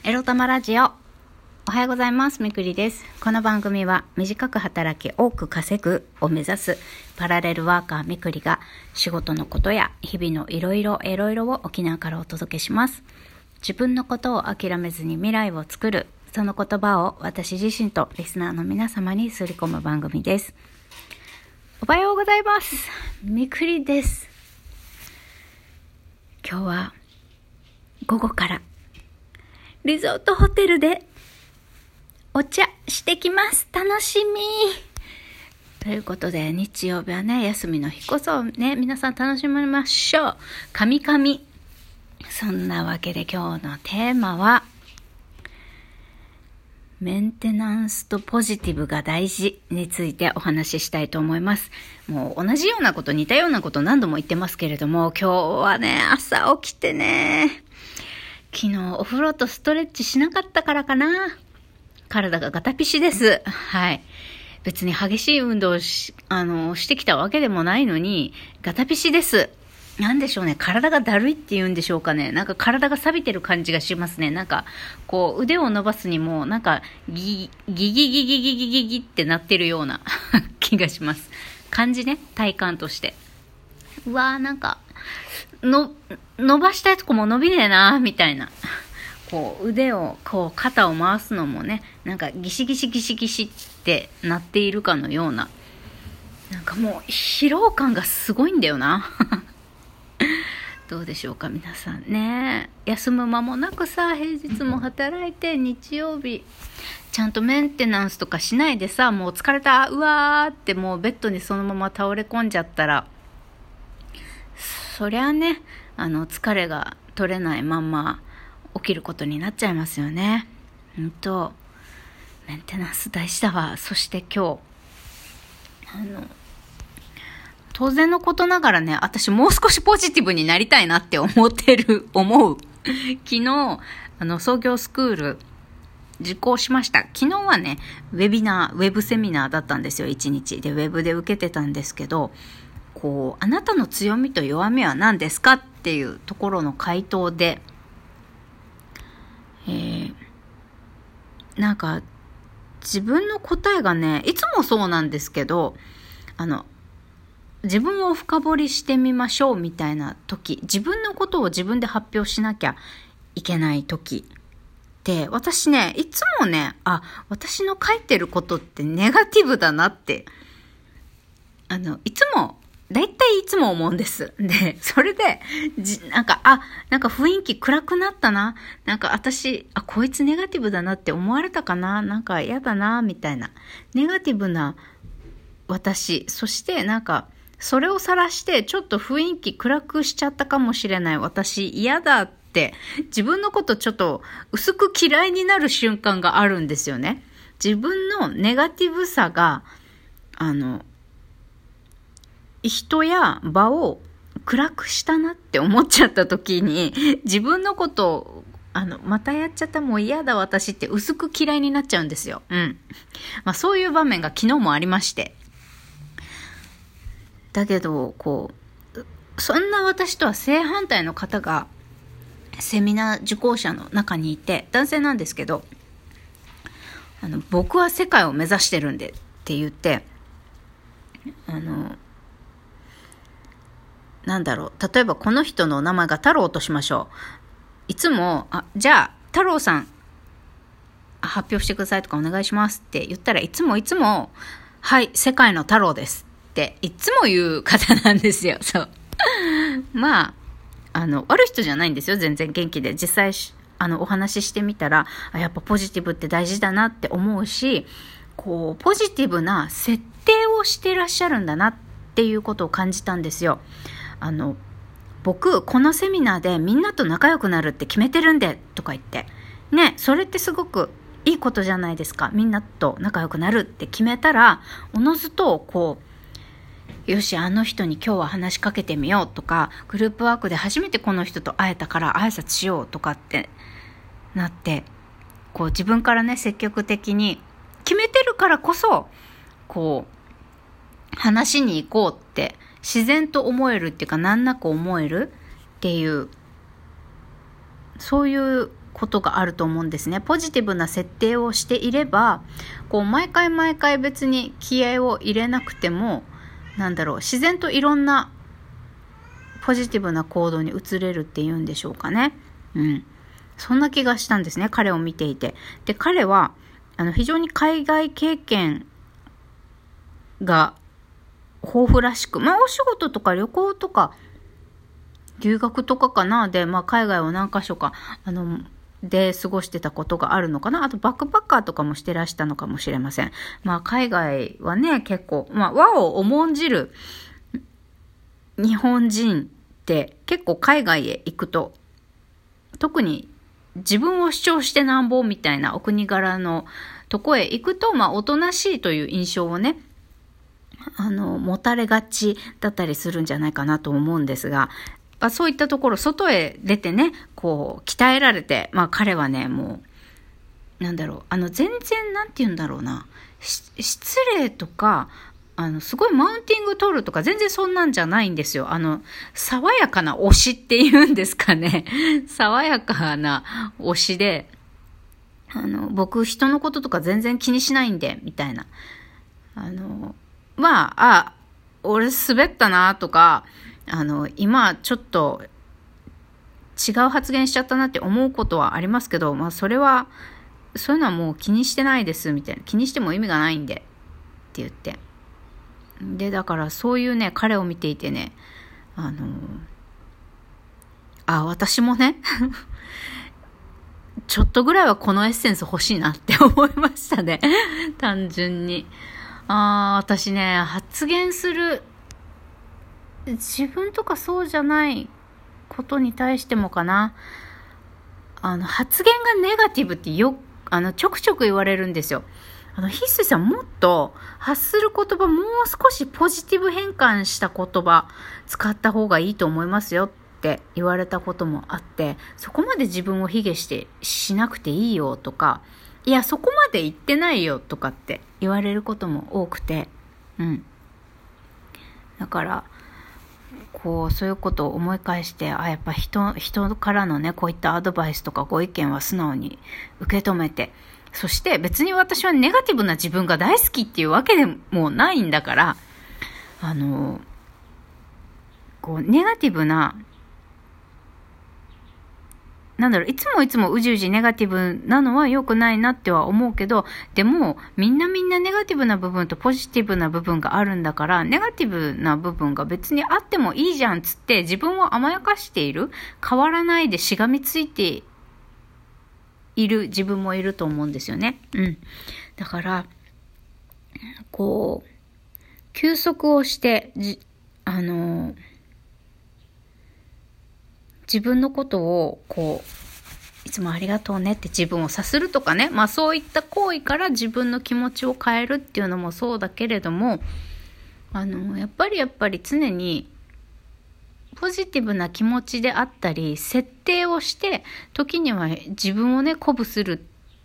エロ玉ラジオ。おはようございます。みくりです。この番組は短く働き多く稼ぐを目指すパラレルワーカーみくりが仕事のことや日々のいろいろを沖縄からお届けします。自分のことを諦めずに未来を作る、その言葉を私自身とリスナーの皆様にすり込む番組です。おはようございます。みくりです。今日は午後からリゾートホテルでお茶してきます。楽しみ。ということで、日曜日はね、休みの日こそね、皆さん楽しみましょう。神々。そんなわけで今日のテーマは、メンテナンスとポジティブが大事についてお話ししたいと思います。もう同じようなこと、似たようなこと何度も言ってますけれども、今日はね、朝起きてね、昨日お風呂とストレッチしなかったからかな。体がガタピシです。はい。別に激しい運動をしてきたわけでもないのに、ガタピシです。なんでしょうね。体がだるいって言うんでしょうかね。なんか体が錆びてる感じがしますね。なんか、こう、腕を伸ばすにも、なんか、ギギってなってるような気がします。感じね。体感として。うわー、なんか、伸ばしたいとこも伸びねえな、みたいな。こう、腕を、こう、肩を回すのもね、なんか、ギシギシってなっているかのような。なんかもう、疲労感がすごいんだよな。どうでしょうか皆さんね。休む間もなくさ、平日も働いて日曜日ちゃんとメンテナンスとかしないでさ、もう疲れた、うわーってもうベッドにそのまま倒れ込んじゃったら、そりゃね、疲れが取れないまんま起きることになっちゃいますよね。メンテナンス大事だわ。そして今日当然のことながらね、私もう少しポジティブになりたいなって思う。昨日、創業スクール、受講しました。昨日はね、ウェブセミナーだったんですよ、1日。で、ウェブで受けてたんですけど、こう、あなたの強みと弱みは何ですかっていうところの回答で、なんか、自分の答えがね、いつもそうなんですけど、自分を深掘りしてみましょうみたいな時、自分のことを自分で発表しなきゃいけない時って私ね、いつもね、私の書いてることってネガティブだなってだいたいいつも思うんです。で、それでなんか雰囲気暗くなったな、なんか私こいつネガティブだなって思われたかな、なんか嫌だなみたいな、ネガティブな私、そしてなんかそれを晒してちょっと雰囲気暗くしちゃったかもしれない私、嫌だって自分のことちょっと薄く嫌いになる瞬間があるんですよね。自分のネガティブさが人や場を暗くしたなって思っちゃった時に、自分のことをまたやっちゃった、もう嫌だ私って薄く嫌いになっちゃうんですよ。そういう場面が昨日もありまして、だけどそんな私とは正反対の方がセミナー受講者の中にいて、男性なんですけど、僕は世界を目指してるんでって言って、例えばこの人の名前が太郎としましょう。いつもじゃあ太郎さん発表してくださいとかお願いしますって言ったら、いつもはい世界の太郎ですっていつも言う方なんですよ。そう悪い人じゃないんですよ。全然元気で、実際お話ししてみたら、やっぱポジティブって大事だなって思うし、ポジティブな設定をしてらっしゃるんだなっていうことを感じたんですよ。僕このセミナーでみんなと仲良くなるって決めてるんでとか言ってね、それってすごくいいことじゃないですか。みんなと仲良くなるって決めたら、おのずとよし、あの人に今日は話しかけてみようとか、グループワークで初めてこの人と会えたから挨拶しようとかってなって、自分からね、積極的に決めてるからこそ話しに行こうって自然と思えるっていうか、難なく思えるっていう、そういうことがあると思うんですね。ポジティブな設定をしていれば、こう毎回別に気合を入れなくても、自然といろんなポジティブな行動に移れるっていうんでしょうかね。そんな気がしたんですね、彼を見ていて。で、彼は非常に海外経験が豊富らしく、お仕事とか旅行とか留学とかかなで、海外を何か所かで過ごしてたことがあるのかな。あとバックパッカーとかもしてらしたのかもしれません。海外はね、結構和を重んじる日本人って結構海外へ行くと、特に自分を主張してなんぼみたいなお国柄のとこへ行くと、おとなしいという印象をね、持たれがちだったりするんじゃないかなと思うんですが、そういったところ、外へ出てね、こう、鍛えられて、彼はね、もう、全然、失礼とか、すごいマウンティング取るとか、全然そんなんじゃないんですよ。爽やかな推しっていうんですかね。爽やかな推しで、僕、人のこととか全然気にしないんで、みたいな。俺滑ったなとか、今ちょっと違う発言しちゃったなって思うことはありますけど、そういうのはもう気にしてないですみたいな、気にしても意味がないんでって言って、でだからそういうね、彼を見ていてね、私もねちょっとぐらいはこのエッセンス欲しいなって思いましたね単純に。私ね、発言する自分とかそうじゃないことに対してもかな、発言がネガティブってちょくちょく言われるんですよ。ヒッスさん、もっと発する言葉もう少しポジティブ変換した言葉使った方がいいと思いますよって言われたこともあって、そこまで自分を卑下しなくていいよとか、いやそこまで言ってないよとかって言われることも多くて、だからそういうことを思い返して、やっぱ人からのね、こういったアドバイスとかご意見は素直に受け止めて、そして別に私はネガティブな自分が大好きっていうわけでもないんだから、ネガティブな、いつもうじうじネガティブなのは良くないなっては思うけど、でもみんなネガティブな部分とポジティブな部分があるんだから、ネガティブな部分が別にあってもいいじゃんつって自分を甘やかしている、変わらないでしがみついている自分もいると思うんですよね。だから休息をして自分のことをいつもありがとうねって自分をさするとかね、そういった行為から自分の気持ちを変えるっていうのもそうだけれども、やっぱり常にポジティブな気持ちであったり、設定をして時には自分をね鼓舞する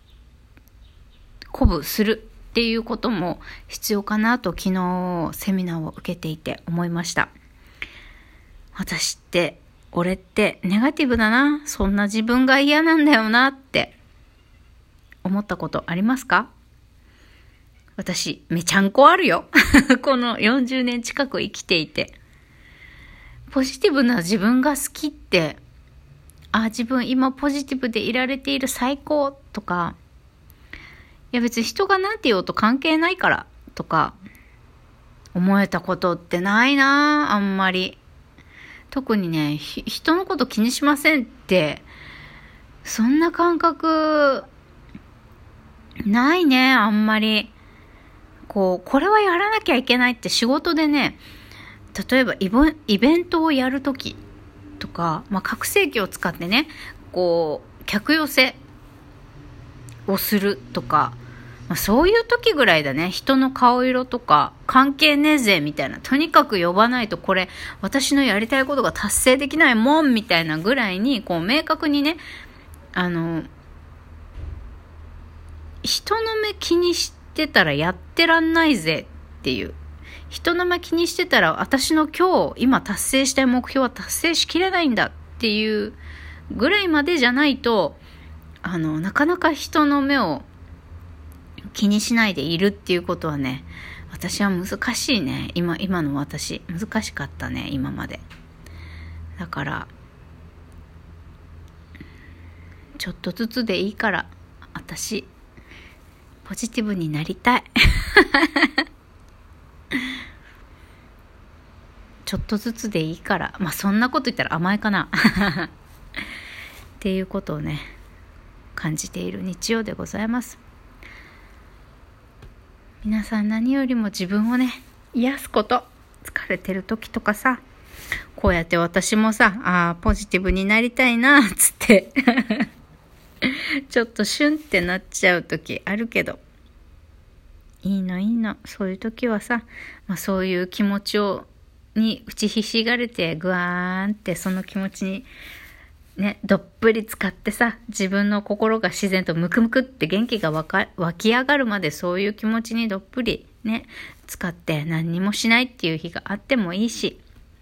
っていうことも必要かなと、昨日セミナーを受けていて思いました。俺ってネガティブだな、そんな自分が嫌なんだよなって思ったことありますか？私めちゃんこあるよこの40年近く生きていて、ポジティブな自分が好きって、自分今ポジティブでいられている、最高とか、いや別に人がなんて言おうと関係ないからとか思えたことってないな、あんまり。特にね、人のこと気にしませんって、そんな感覚ないね、あんまり。これはやらなきゃいけないって仕事でね、例えばイベントをやるときとか、拡声器を使ってね、客寄せをするとか、そういう時ぐらいだね。人の顔色とか関係ねえぜみたいな、とにかく呼ばないとこれ私のやりたいことが達成できないもんみたいなぐらいに明確にね、人の目気にしてたらやってらんないぜっていう、人の目気にしてたら私の今達成したい目標は達成しきれないんだっていうぐらいまでじゃないと、 なかなか人の目を気にしないでいるっていうことはね、私は難しいね。今の私難しかったね、今まで。だからちょっとずつでいいから私ポジティブになりたいちょっとずつでいいから、そんなこと言ったら甘えかなっていうことをね感じている日曜でございます。皆さん何よりも自分をね癒すこと、疲れてる時とかさ、こうやって私もさ、ポジティブになりたいなつってちょっとシュンってなっちゃう時あるけど、いいの、そういう時はさ、そういう気持ちに打ちひしがれてぐわーんってその気持ちにねどっぷり使ってさ、自分の心が自然とムクムクって元気が湧き上がるまでそういう気持ちにどっぷりね使って何にもしないっていう日があってもいいし、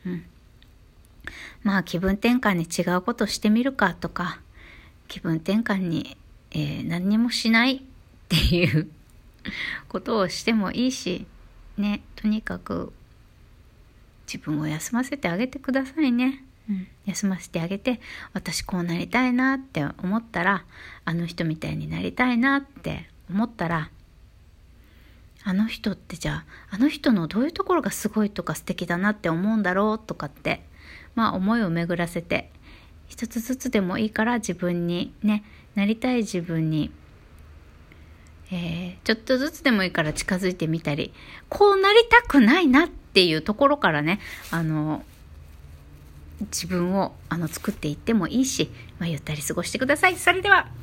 気分転換に違うことしてみるかとか、気分転換に、何にもしないっていうことをしてもいいしね、とにかく自分を休ませてあげてくださいね。休ませてあげて、私こうなりたいなって思ったら、あの人みたいになりたいなって思ったら、あの人ってじゃあの人のどういうところがすごいとか素敵だなって思うんだろうとかって、思いを巡らせて、一つずつでもいいから自分にね、なりたい自分に、ちょっとずつでもいいから近づいてみたり、こうなりたくないなっていうところからね、自分を作っていってもいいし、ゆったり過ごしてください。それでは。